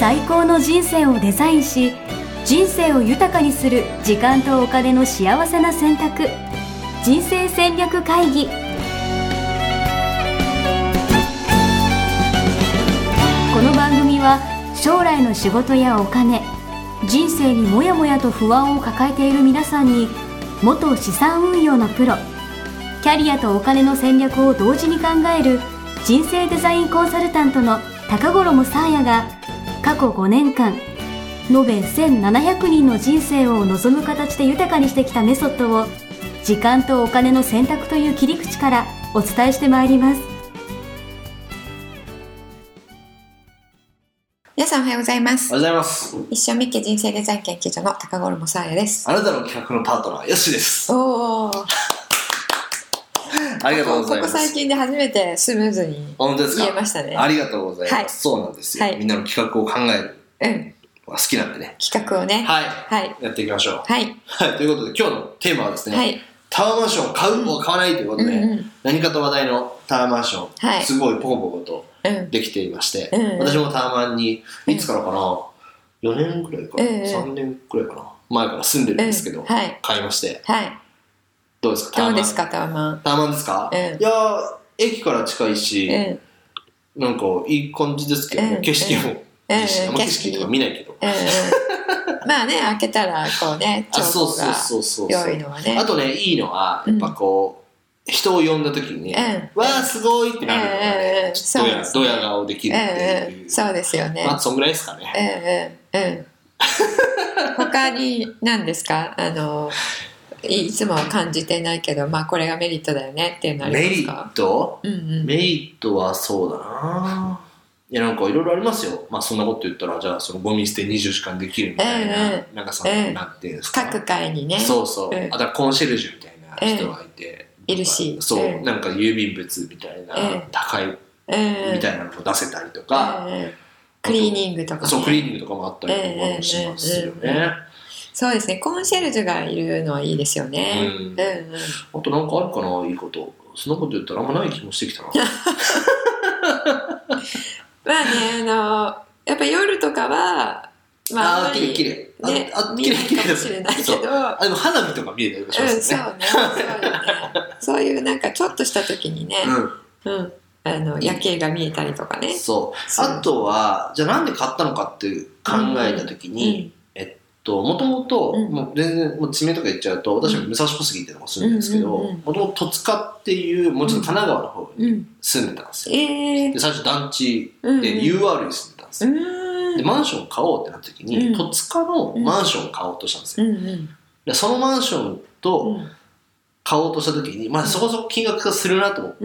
最高の人生をデザインし、人生を豊かにする時間とお金の幸せな選択、人生戦略会議。この番組は将来の仕事やお金、人生にもやもやと不安を抱えている皆さんに、元資産運用のプロ、キャリアとお金の戦略を同時に考える人生デザインコンサルタントの高頃もさあやが、過去5年間延べ1700人の人生を望む形で豊かにしてきたメソッドを、時間とお金の選択という切り口からお伝えしてまいります。 皆さんおはようございます。 おはようございます。 一生みっけ人生デザイン研究所の高頃もさあやです。 あなたの企画のパートナー、よしです。 おーありがとうございます。 ここ最近で初めてスムーズに言えましたね。 ありがとうございます、 はい、 そうなんですよ、 はい、 みんなの企画を考えるのが好きなんでね、 企画をね、 はい、 はい、 やっていきましょう。 はい、はい、 ということで今日のテーマはですね、 はい、 タワーマンションを買う、買わないということで、何かと話題のタワーマンション、 はい、すごいポコポコとできていまして、私もタワーマンにいつからかな、4年くらいかな、3年くらいかな、前から住んでるんですけど、買いまして、はい、どうですかタワーマン。 どうですかタワーマン。 タワーマンですか、いや駅から近いし、なんかいい感じですけど、景色もいいし、あんま景色とか見ないけど、 まあね、開けたらこうね、情報が良いのはね。 あとね、いいのはやっぱこう、人を呼んだ時にね、わーすごいってなるのがね、ちょっとドヤ顔できるっていう、 そうですよね。 まあそんぐらいですかね。 他に何ですか、いつも感じてないけど、まあこれがメリットだよねっていうのありますか？ メリット？メリットはそうだな、いやなんかいろいろありますよ。まあそんなこと言ったら、じゃあそのゴミ捨て24時間できるみたいな、なんかその、なんていうんですか、 各階にね、 そうそう、あとはコンシェルジュみたいな人がいて、 いるし、 そう、なんか郵便物みたいな、高いみたいなのを出せたりとか、 クリーニングとかね、 そうクリーニングとかもあったりとかもしますよね。 そうですね、コンシェルジュがいるのはいいですよね。 あとなんかあるかな、いいこと。そんなこと言ったらあんまない気もしてきたな。 まあね、やっぱ夜とかは、まあ綺麗綺麗、 ね、見ないかもしれないけど、 でも花火とか見えたりしますよね。 そういうなんかちょっとした時にね、夜景が見えたりとかね。 そう。あとはじゃあなんで買ったのかって考えた時に、もともと全然もう地名とか言っちゃうと、私は武蔵小杉っていうのも住んでるんですけど、もともと戸塚っていうもうちょっと神奈川の方に住んでたんですよ。で最初団地で UR に住んでたんですよ。でマンションを買おうってなった時に、戸塚のマンションを買おうとしたんですよ。でそのマンションと買おうとした時に、まあそこそこ金額がするなと思って、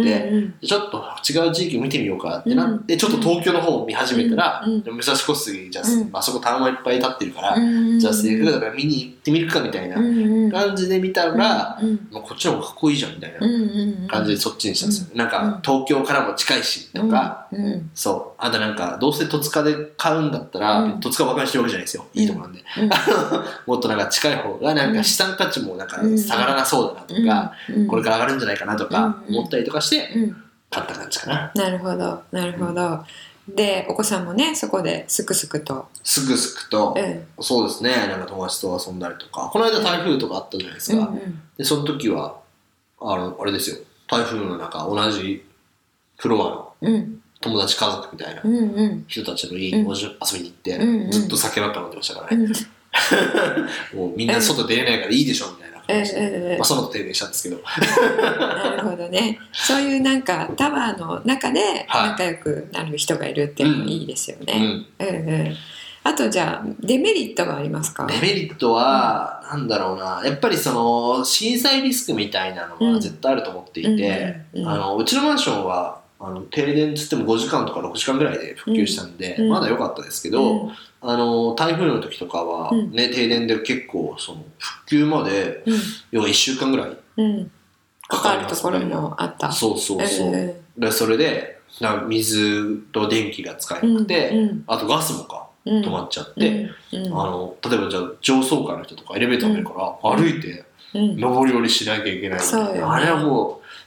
ちょっと違う地域見てみようかってなって、ちょっと東京の方を見始めたら、武蔵小杉じゃあ、あそこタワマンいっぱい立ってるから、じゃあせっかくだから見に行ってみるかみたいな感じで見たら、もうこっちの方がかっこいいじゃんみたいな感じでそっちにしたんですよ。なんか東京からも近いしとか、そう、あとなんかどうせ戸塚で買うんだったら、戸塚ばかりしてるわけじゃないですよ、いいとこなんで。もっとなんか近い方がなんか資産価値もなんか下がらなそうだなとか、これから上がるんじゃないかなとか思ったりとかして買った感じかな。 なるほどなるほど。でお子さんもねそこですくすくとそうですね、なんか友達と遊んだりとか、この間台風とかあったじゃないですか。でその時はあれですよ、台風の中同じフロアの友達家族みたいな人たちの家に遊びに行って、ずっと酒ばっか飲んでましたからね。もうみんな外出れないからいいでしょみたいな感じで、その後停電したんですけど。 なるほどね。そういうなんかタワーの中で仲良くなる人がいるっていうのもいいですよね。あとじゃあデメリットはありますか？ デメリットはなんだろうな、やっぱりその震災リスクみたいなのは絶対あると思っていて、うちのマンションは停電つっても5時間とか6時間ぐらいで復旧したんで、まだ良かったですけど、台風の時とかは、ね、停電で結構その復旧まで、要は1週間ぐらいかかりますね。 かかるところもあった。 そうでそれで水と電気が使えなくて、あとガスも止まっちゃって、例えばじゃあ上層階の人とかエレベーターないから、歩いて上り下りしなきゃいけないみたいな、あれはもう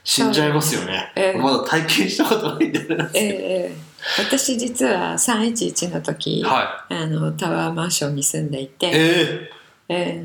死んじゃいますよね。まだ体験したことないんでなんです私実は311の時、タワーマンションに住んでいて、 どうや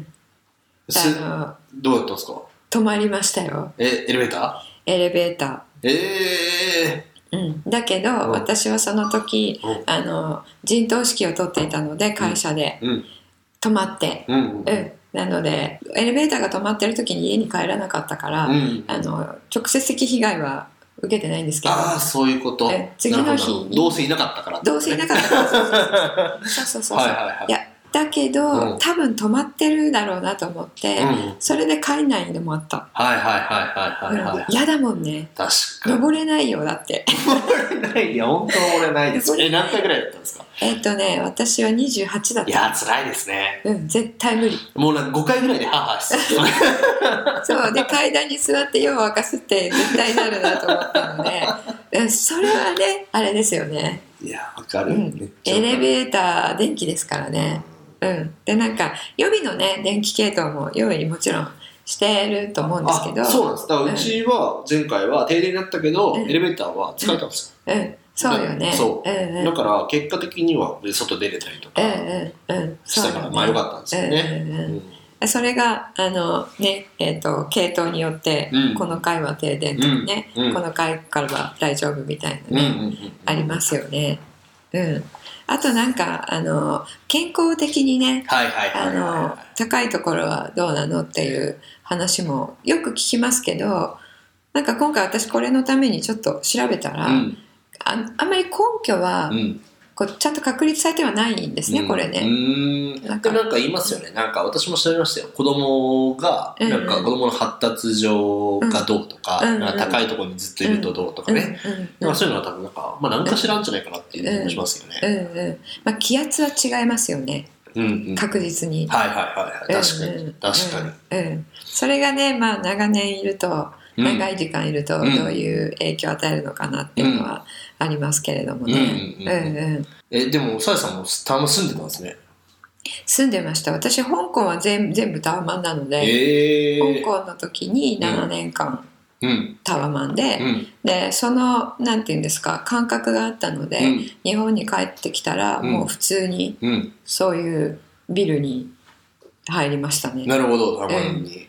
ったんですか？ 泊まりましたよ。 エレベーター？ エレベーター。だけど、私はその時、陣頭指揮を取っていたので、会社で、泊まって、なのでエレベーターが止まってる時に家に帰らなかったから、直接的被害は受けてないんですけど、 そういうこと。 次の日にどうせいなかったから、 どうせいなかったからそういやだけど、多分止まってるだろうなと思って、それで帰んないのもあった。嫌だもんね。 確かに登れないよ。だって登れない。いや本当登れないです。何回ぐらいだったんですか？ 私は28だった。 いや辛いですね。 絶対無理。 もうなんか5回ぐらいでしてそうで階段に座って夜を明かすって絶対なるなと思ったのでそれはねあれですよね。 いやわかる、 エレベーター電気ですからね。でなんか予備のね電気系統も用意もちろんしてると思うんですけど。 そうなんです。だからうちは前回は停電になったけど、エレベーターは使えたんですよ。 そうよね。 だから結果的には外出れたりとかしたからまあ良かったんですよね。 それが系統によって、この階は停電とかね、この階からは大丈夫みたいなね、ありますよね。あとなんか健康的にね、高いところはどうなのっていう話もよく聞きますけど、なんか今回私これのためにちょっと調べたら、あんまり根拠は、ちゃんと確立されてはないんですね、これね。 なんか言いますよね。なんか私も調べましたよ。子供がなんか子供の発達上がどうとか、高いところにずっといるとどうとかね。そういうのは多分なんか何かしらんじゃないかなっていう気もしますよね。 気圧は違いますよね。確実に。 確かに。 それがね、長年いると。長い時間いるとどういう影響を与えるのかなっていうのはありますけれどもね。 でもさやさんもタワマン住んでたんですね。 住んでました。私香港は全部タワマンなので、香港の時に7年間タワマンで、そのなんていうんですか感覚があったので、日本に帰ってきたらもう普通にそういうビルに入りましたね。 なるほど、タワマンに。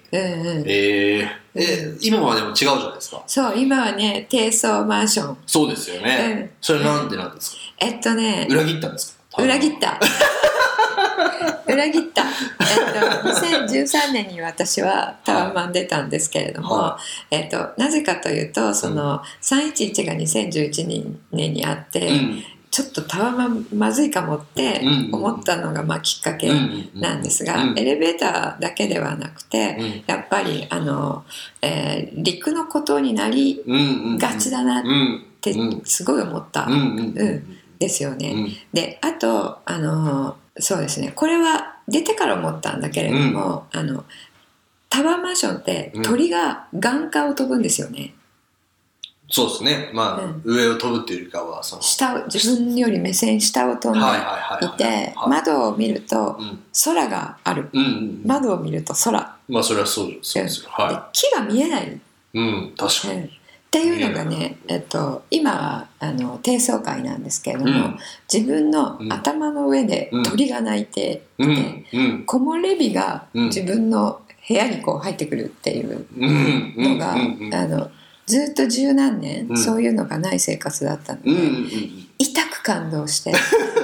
今はでも違うじゃないですか。 そう、今はね、低層マンション。 そうですよね。それなんでなんですか？ 裏切ったんですか？ 裏切った。2013年に私はタワマン出たんですけれども、なぜかというと、その311が2011年にあって、ちょっとタワマンまずいかもって思ったのがきっかけなんですが、エレベーターだけではなくて、やっぱり陸の孤島になりがちだなってすごい思ったですよね。であとそうですね、これは出てから思ったんだけれども、タワーマンションって鳥が眼下を飛ぶんですよね。 そうですね。上を飛ぶっていうよりかは下を、自分より目線下を飛んでいて、窓を見ると空がある。窓を見ると空。 それはそうですよ。 木が見えない。 確かに。 っていうのがね、今低層階なんですけれども、自分の頭の上で鳥が鳴いていて、木漏れ日が自分の部屋にこう入ってくるっていうのがずっと十何年、そういうのがない生活だったので、痛く感動して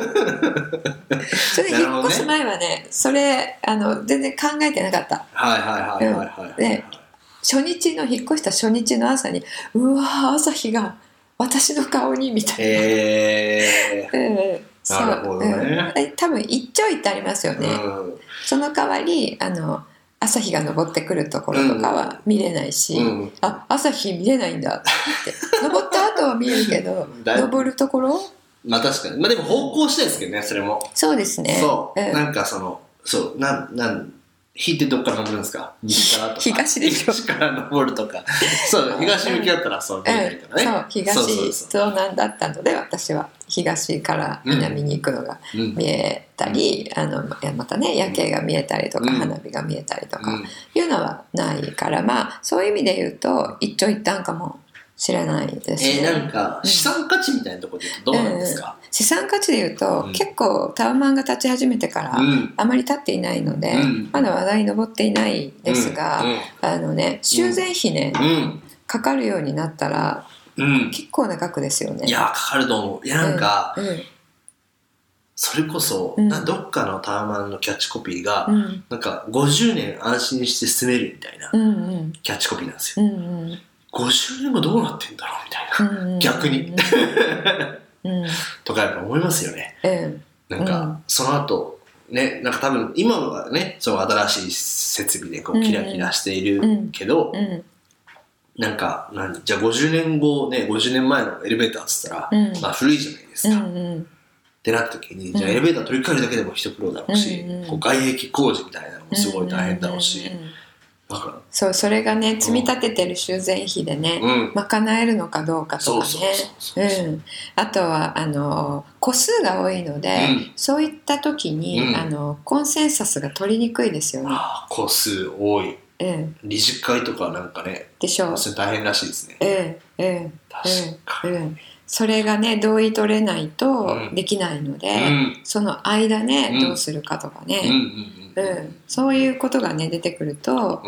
それで引っ越す前はね、それ全然考えてなかった。で引っ越した初日の朝に、うわー朝日が私の顔にみたいな。 なるほどね。 多分一長一短ありますよね。その代わり朝日が昇ってくるところとかは見れないし、朝日見れないんだって昇った後は見えるけど昇るところ確かに。でも方向してるんですけどね、それも。 そうですね。 なんか引いてどっから登るんですか？西からとか東でしょ。 東から登るとかそう東向きだったらそう見えないからね、 そう東そうなんだったので私は東から南に行くのが見えたり、またね夜景が見えたりとか、花火が見えたりとかいうのはないから、まあそういう意味で言うと一長一短かもしれないですね。 なんか資産価値みたいなところで言うとどうなんですか？ 資産価値で言うと、結構タワマンが立ち始めてからあまり経っていないので、まだ話題に上っていないですが、修繕費ね、かかるようになったら、結構な額ですよね。 いやかかると思う。いやなんか、それこそ、どっかのタワマンのキャッチコピーが、なんか50年安心して住めるみたいなキャッチコピーなんですよ。50年後どうなってんだろうみたいな、逆にとかやっぱ思いますよね。なんかその後ね、なんか多分今はねその新しい設備でこうキラキラしているけど、なんかじゃあ50年後ね50年前のエレベーターっつったら、まあ古いじゃないですか、ってなった時にじゃあエレベーター取り替えるだけでも一苦労だろうし、こう外壁工事みたいなのもすごい大変だろうし、 それがね積み立ててる修繕費でね、賄えるのかどうかとかね、あとは個数が多いので、そういった時に、コンセンサスが取りにくいですよね。 個数多い、理事会とかなんかねでしょう、 それ大変らしいですね。確かに、 それがね同意取れないとできないので、その間ね、どうするかとかね、そういうことがね出てくると、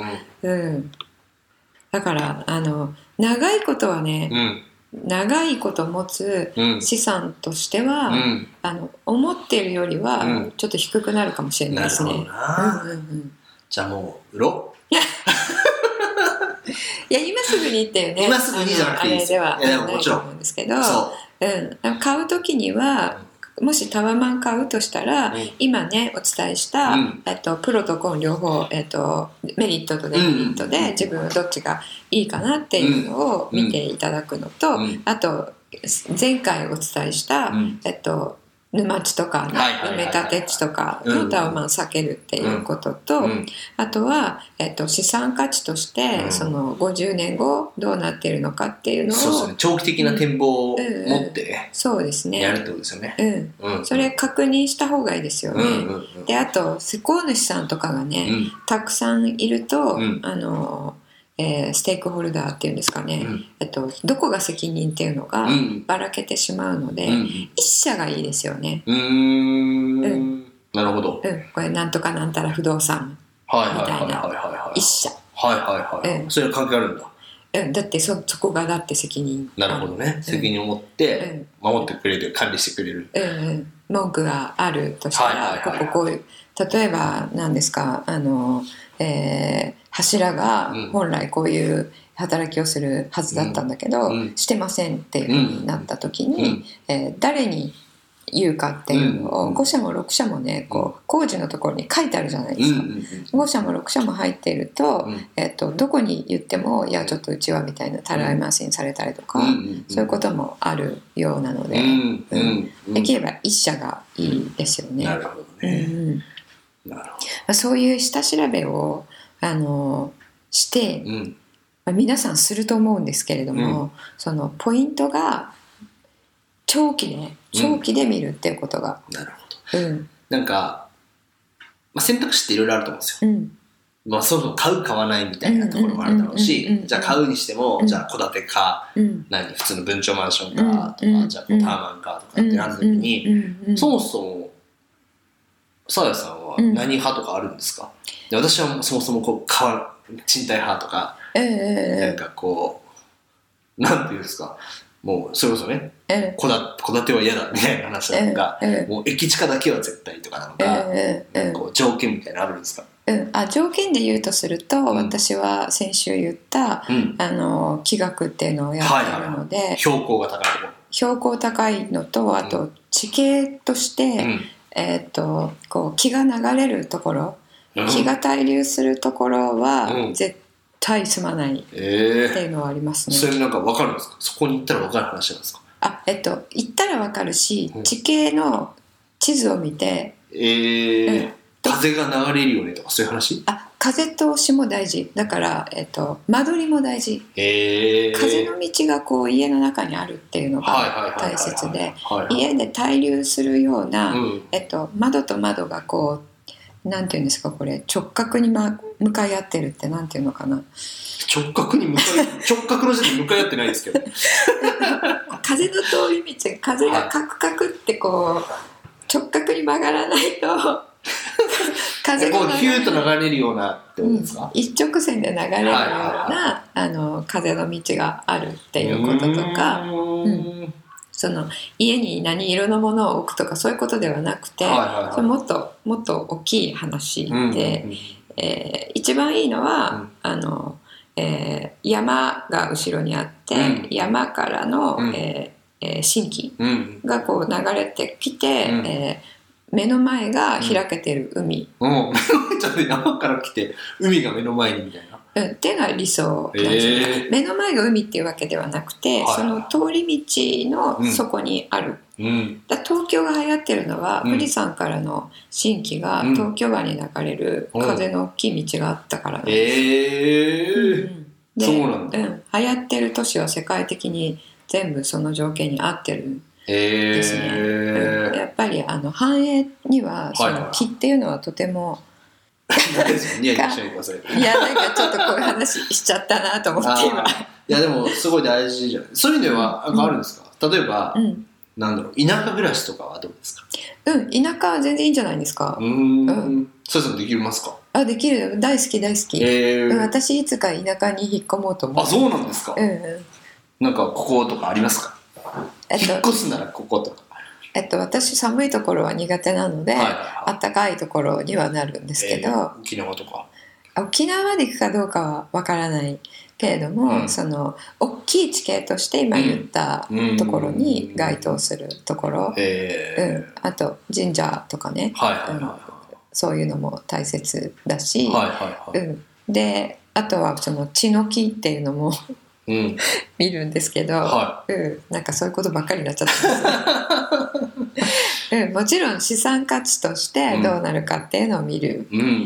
だから長いことはね、長いこと持つ資産としては、思っているよりはちょっと低くなるかもしれないですね。 じゃあもう売ろういや今すぐにっていうね、 今すぐにじゃなくていいですよ。 あれではないと思うんですけど、買う時にはもしタワマン買うとしたら、今ねお伝えした、プロとコン両方、メリットとデメリットで自分はどっちがいいかなっていうのを見ていただくのと、あと前回お伝えした、沼地とか埋め立て地とかのタワマン避けるっていうことと、あとは、資産価値として、その50年後どうなっているのかっていうのを長期的な展望を持ってね、 そうですね、 やるってことですよね。 それ確認した方がいいですよね。であと施工主さんとかがね、たくさんいると、ステークホルダーっていうんですかね、どこが責任っていうのがばらけてしまうので、一社がいいですよね。 なるほど、 これなんとかなんたら不動産みたいな一社、それ関係あるんだ。だってそこがだって責任。 なるほどね、責任を持って守ってくれる、管理してくれる、 文句があるとしたら、こういう例えば何ですか、柱が本来こういう働きをするはずだったんだけど、してませんっていう風になった時に、誰に言うかっていうのを5社も6社もね、こう工事のところに書いてあるじゃないですか。5社も6社も入っていると、どこに言ってもいやちょっとうちはみたいなたらい回しにされたりとか、そういうこともあるようなので、できれば1社がいいですよね。 なるほどね。 そういう下調べをして、皆さんすると思うんですけれども、そのポイントが長期で見るっていうことが、 なるほど、なんか、選択肢っていろいろあると思うんですよ。そもそも買う買わないみたいなところもあるだろうし、じゃあ買うにしても、じゃあ戸建てか、普通の分譲マンションかとか、じゃあタワマンかとかってなった時に、そもそもさやさんは何派とかあるんですか？で私はそもそもこう賃貸派とか、なんかこうなんていうんですか、もうそれこそね、戸建ては嫌だみたいな話なのか、もう駅近だけは絶対とかなのか、こう条件みたいなのあるんですか？ 条件で言うとすると、私は先週言った、気学っていうのをやっているので、 標高が高いところ、 標高高いのと、あと地形として、こう気が流れるところ、気が滞留するところは絶対住まないっていうのはありますね。 それなんか分かるんですか？そこに行ったら分かる話なんですか？ 行ったら分かるし、地形の地図を見て、 建風が流れるよねとかそういう話？ 風通しも大事だから、間取りも大事。風の道がこう家の中にあるっていうのが大切で、家で対流するような、窓と窓がこうなんていうんですか、これ直角に、向かい合ってるってなんていうのかな。 直角の時点で向かい合ってないですけど風の通り道、風がカクカクってこう直角に曲がらないと風がこうヒューッと流れるようなってことですか？ 一直線で流れるような、風の道があるっていうこととか、その家に何色のものを置くとかそういうことではなくて、それもっと大きい話で、一番いいのは、山が後ろにあって、山からの、蜃気がこう流れてきて、目の前が開けてる海、 ちょっと山から来て海が目の前にみたいな、 っていうのは理想なんですよ。目の前が海っていうわけではなくて、その通り道の底にある、だ東京が流行ってるのは、富士山からの蜃気が東京湾に流れる風の大きい道があったからなんです。で、 そうなんだ。 流行ってる都市は世界的に全部その条件に合ってるですね。やっぱり繁栄にはその木っていうのはとてもいやなんかちょっとこういう話しちゃったなと思って今。 いやでもすごい大事じゃない。そういう意味ではあるんですか？例えば、なんだろう、田舎暮らしとかはどうですか？ 田舎は全然いいんじゃないですか。 そういうのできますか？ できる。大好き。私いつか田舎に引っ込もうと思う。 そうなんですか？なんかこことかありますか？引っ越すならこことか。 私寒いところは苦手なので、暖かいところにはなるんですけど、 沖縄とか沖縄で行くかどうかはわからないけれども、その大きい地形として今言ったところに該当するところ、あと神社とかね、そういうのも大切だし、であとはその血の木っていうのも見るんですけど、なんかそういうことばっかりになっちゃったんですよ。もちろん資産価値としてどうなるかっていうのを見る。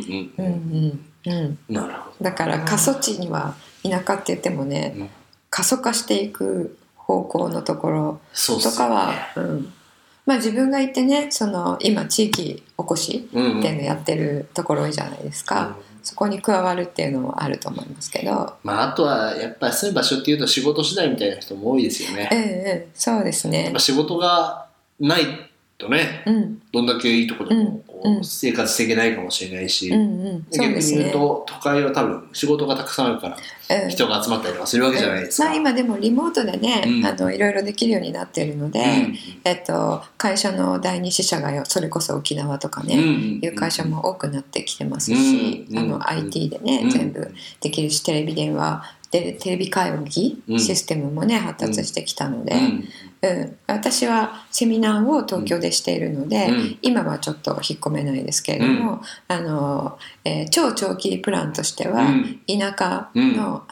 だから過疎地には田舎って言ってもね、過疎化していく方向のところとかは、自分がいてね、その今地域おこしっていうのやってるところ多いじゃないですか。そこに加わるっていうのもあると思いますけど、 あとはやっぱりそういう場所っていうと仕事次第みたいな人も多いですよね。 そうですね。 やっぱ仕事がないとね、どんだけいいところでも生活していけないかもしれないし、逆に言うと都会は多分仕事がたくさんあるから人が集まったりとかするわけじゃないですか。 今でもリモートでね、いろいろできるようになっているので、会社の第二支社がそれこそ沖縄とかね、いう会社も多くなってきてますし、IT でね、全部できるし、テレビ電話でテレビ会議システムもね、発達してきたので、私はセミナーを東京でしているので、今はちょっと引っ込めないですけれども、超長期プランとしては、田舎の、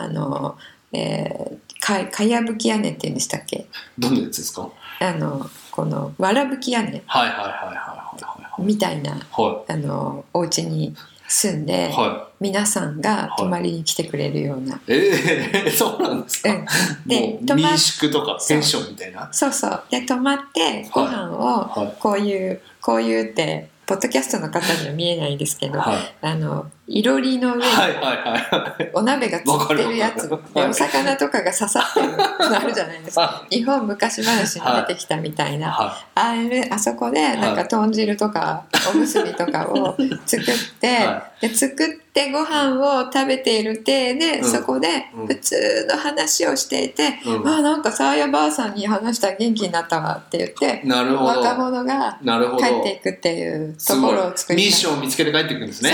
かやぶき屋根っていうんでしたっけ？ どんなやつですか？ このわらぶき屋根みたいなお家に住んで、皆さんが泊まりに来てくれるような、 そうなんですか？で民宿とかペンションみたいな。 そうで泊まってご飯をこういうってポッドキャストの方には見えないんですけど、いろりの上にお鍋がつってるやつでお魚とかが刺さってるのあるじゃないですか。日本昔話に出てきたみたいな、あそこでなんか豚汁とかおむすびとかを作ってご飯を食べている体で、そこで普通の話をしていて、なんかサーヤばあさんに話したら元気になったわって言って、若者が帰っていくっていうところを作りたい。 ミッションを見つけて帰っていくんですね。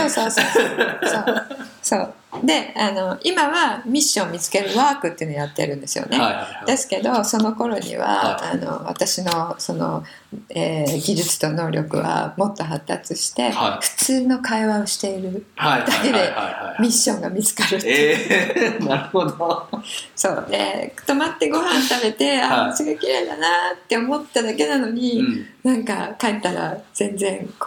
そうで、今はミッションを見つけるワークっていうのをやってるんですよね。ですけどその頃には、私のその、技術と能力はもっと発達して、普通の会話をしているだけでミッションが見つかるっていう。 なるほど。 そうで、泊まってご飯食べて星が綺麗だなって思っただけなのに、なんか帰ったら全然こう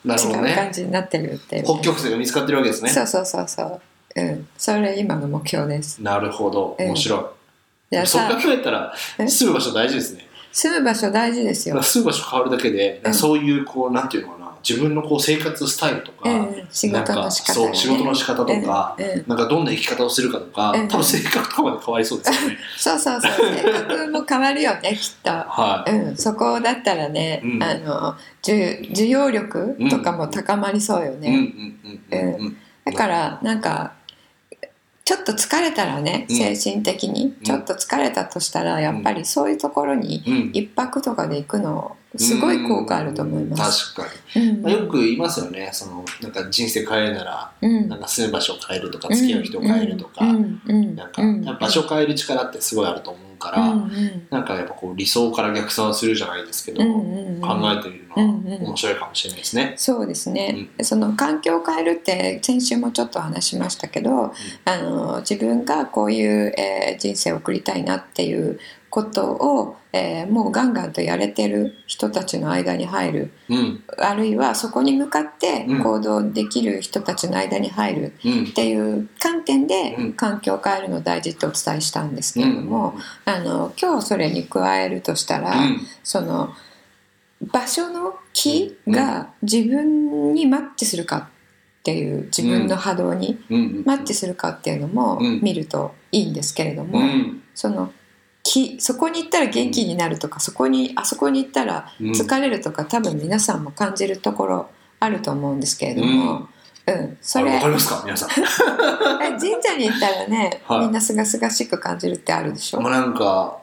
なるほどね、 違う感じになってるっていう、ね、 北極星が見つかってるわけですね。 そうそうそうそう、うん、それ今の目標です。 なるほど、面白い、そう考えたら住む場所大事ですね。 住む場所大事ですよ。 住む場所変わるだけで、そういうこうなんていうのかな、自分のこう生活スタイルとか、 仕事の仕方、 そう仕事の仕方とか、なんかどんな生き方をするかとか、多分性格とかまで変わりそうですよね。 そうそうそう、性格も変わるよねきっと、はい、そこだったらね、受容力とかも高まりそうよね。だからなんかちょっと疲れたらね、精神的にちょっと疲れたとしたら、やっぱりそういうところに一泊とかで行くのすごい効果あると思います。 確かに、よく言いますよね、そのなんか人生変えるなら、なんか住む場所を変えるとか、付き合う人を変えるとか、なんか場所を変える力ってすごいあると思うから、なんかやっぱこう理想から逆算するじゃないですけど、考えてみるのは面白いかもしれないですね。 そうですね、その環境を変えるって先週もちょっと話しましたけど、自分がこういう、人生を送りたいなっていうことを、もうガンガンとやれてる人たちの間に入る、あるいはそこに向かって行動できる人たちの間に入るっていう観点で環境を変えるの大事ってお伝えしたんですけれども、今日それに加えるとしたら、その場所の気が自分にマッチするかっていう、自分の波動にマッチするかっていうのも見るといいんですけれども、そこに行ったら元気になるとか、あそこに行ったら疲れるとか、多分皆さんも感じるところあると思うんですけれども、それわかりますか皆さん神社に行ったらね、みんなすがすがしく感じるってあるでしょ。 なんか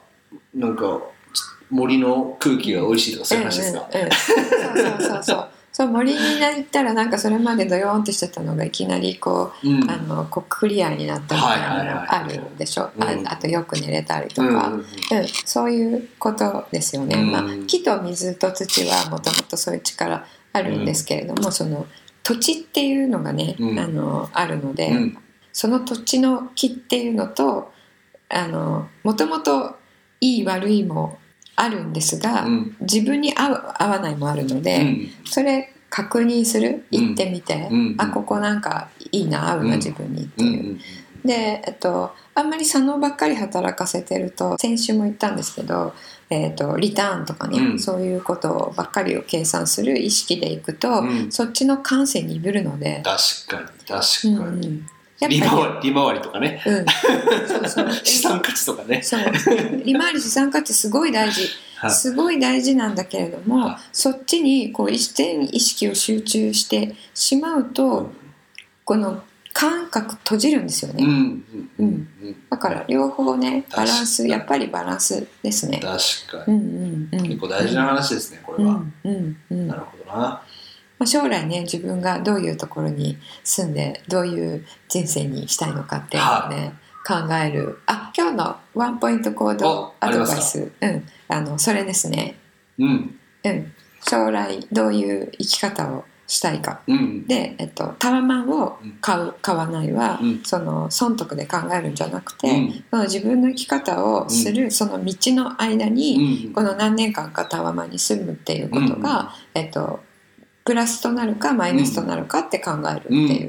森の空気が美味しいとかそういう話ですか。 そう森に行ったらなんかそれまでドヨーンってしてたのがいきなりこうクリアになったみたいなのがあるでしょ。あとよく寝れたりとか、そういうことですよね。木と水と土はもともとそういう力あるんですけれども、その土地っていうのがね、あるので、その土地の木っていうのともともといい悪いもあるんですが、自分に合わないもあるので、それ確認する、行ってみて、ここなんかいいな、合うな自分にっていう、で、あんまり左脳ばっかり働かせてると、先週も言ったんですけど、リターンとかね、そういうことばっかりを計算する意識でいくと、そっちの感性に鈍るので。 確かに利回りとかね、資産価値とかね、 利回り資産価値すごい大事、すごい大事なんだけれども、そっちにこう一点意識を集中してしまうと、この感覚閉じるんですよね。だから両方ね、バランス、やっぱりバランスですね。 確かに、結構大事な話ですね、これは。なるほどな。 将来ね、自分がどういうところに住んでどういう人生にしたいのかっていうのをね、考える。今日のワンポイント行動アドバイス、それですね。将来どういう生き方をしたいか、で、タワマンを買わないは、その損得で考えるんじゃなくて、その自分の生き方をする、その道の間に、この何年間かタワマンに住むっていうことが、プラスとなるかマイナスとなるかって考えるっていう。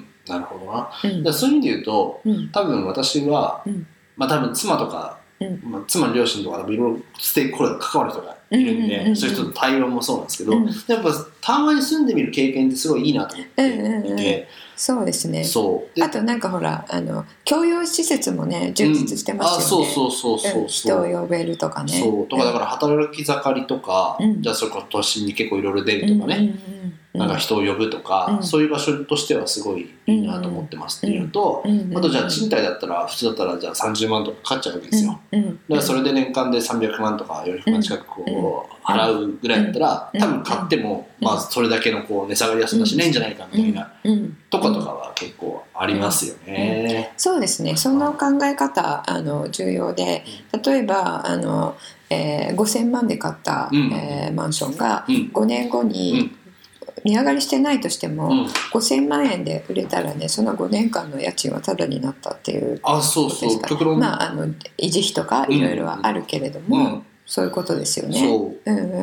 なるほどな。そういう意味で言うと、多分私は、多分妻とか、妻の両親とかいろいろステークホルダー関わる人がいるんで、そういう人と対応もそうなんですけど、やっぱたまに住んでみる経験ってすごいいいなと思っていて。 そうですね。あとなんかほら、共用施設もね、充実してますよね。人を呼べるとかね。 とかだから働き盛りとか、じゃあそれこそ都心に結構いろいろ出るとかね、なんか人を呼ぶとか、そういう場所としてはすごいいいなと思ってますっていうと、あとじゃあ賃貸だったら普通だったらじゃあ30万とかかかっちゃうわけですよ。だからそれで年間で300万とか400万近くこう払うぐらいだったら、多分買ってもそれだけのこう値下がりはそんなしないんじゃないかみたいなとかは結構ありますよね。 そうですね。その考え方重要で、例えば5000万で買った、マンションが5年後に値上がりしてないとしても、5000万円で売れたらね、その5年間の家賃はタダになったっていうことですから、維持費とかいろいろはあるけれども、 そういうことですよね。 そう、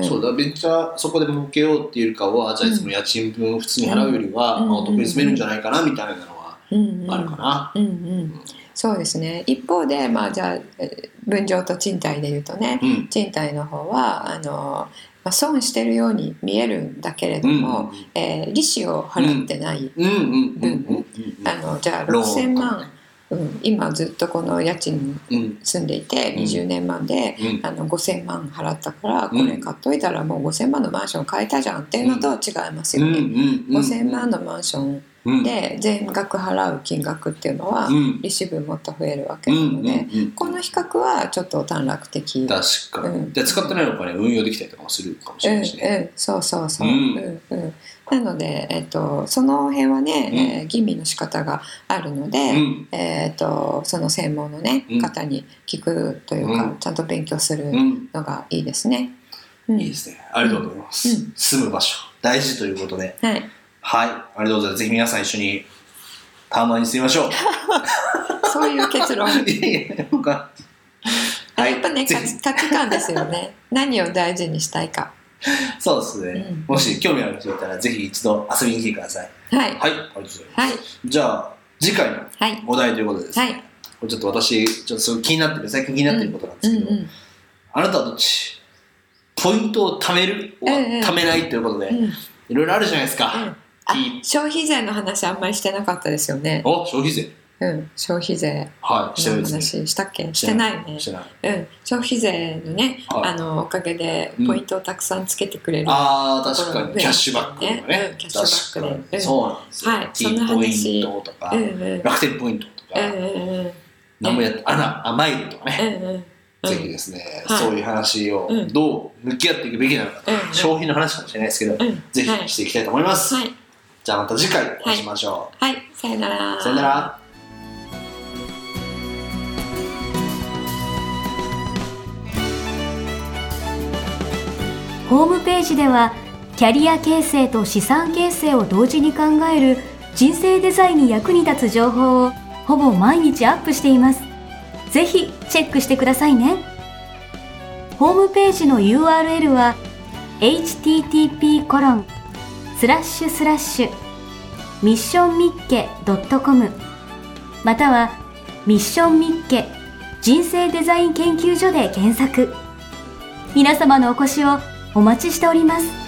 そうだ、めっちゃそこで儲けようっていうかは、じゃあいつも家賃分を普通に払うよりは、お得に住めるんじゃないかなみたいなのはあるかな。 そうですね。一方で、じゃあ分譲と賃貸でいうとね、賃貸の方は損してるように見えるんだけれども、利子を払ってない分、じゃあ6000万、今ずっとこの家賃に住んでいて20年万で、5000万払ったからこれ買っといたらもう5000万のマンション買えたじゃんっていうのと違いますよね。5000万のマンションで全額払う金額っていうのは利子分もっと増えるわけなので、この比較はちょっと短絡的。 確かに、で使ってないお金運用できたりとかもするかもしれないしね。 そうそうそう、なので、その辺はね、吟味の仕方があるので、その専門の、ね方に聞くというか、ちゃんと勉強するのがいいですね。 いいですね。ありがとうございます。住む場所大事ということで、はい、ありがとうございます。ぜひ皆さん一緒にタワマンに住みましょう。 そういう結論。 いやいや、僕はやっぱね、価値観ですよね。何を大事にしたいか。 そうですね、もし興味ある人いたらぜひ一度遊びに来てください。はい、ありがとうございます。じゃあ次回のお題ということでですね、これちょっと私ちょっとすごい気になってる、最近気になってることなんですけど、あなたはどっち？ポイントを貯める、貯めないということで、いろいろあるじゃないですか。 消費税の話あんまりしてなかったですよね。 消費税。 消費税の話したっけ？してないね。消費税のね、おかげでポイントをたくさんつけてくれる。 確かにキャッシュバックとかね。 キャッシュバックで。 そうなんですよ。 そんな話。 T ポイントとか、楽天ポイントとか、何もやってマイルとかね。ぜひですね、そういう話をどう向き合っていくべきなのか、消費の話かもしれないですけど、ぜひしていきたいと思います。じゃあまた次回お会いしましょう。 さよなら。 さよなら。 ホームページではキャリア形成と資産形成を同時に考える人生デザインに役に立つ情報をほぼ毎日アップしています。ぜひチェックしてくださいね。ホームページの URL は http://missionmicke.com またはミッションミッケ人生デザイン研究所で検索。皆様のお越しをお待ちしております。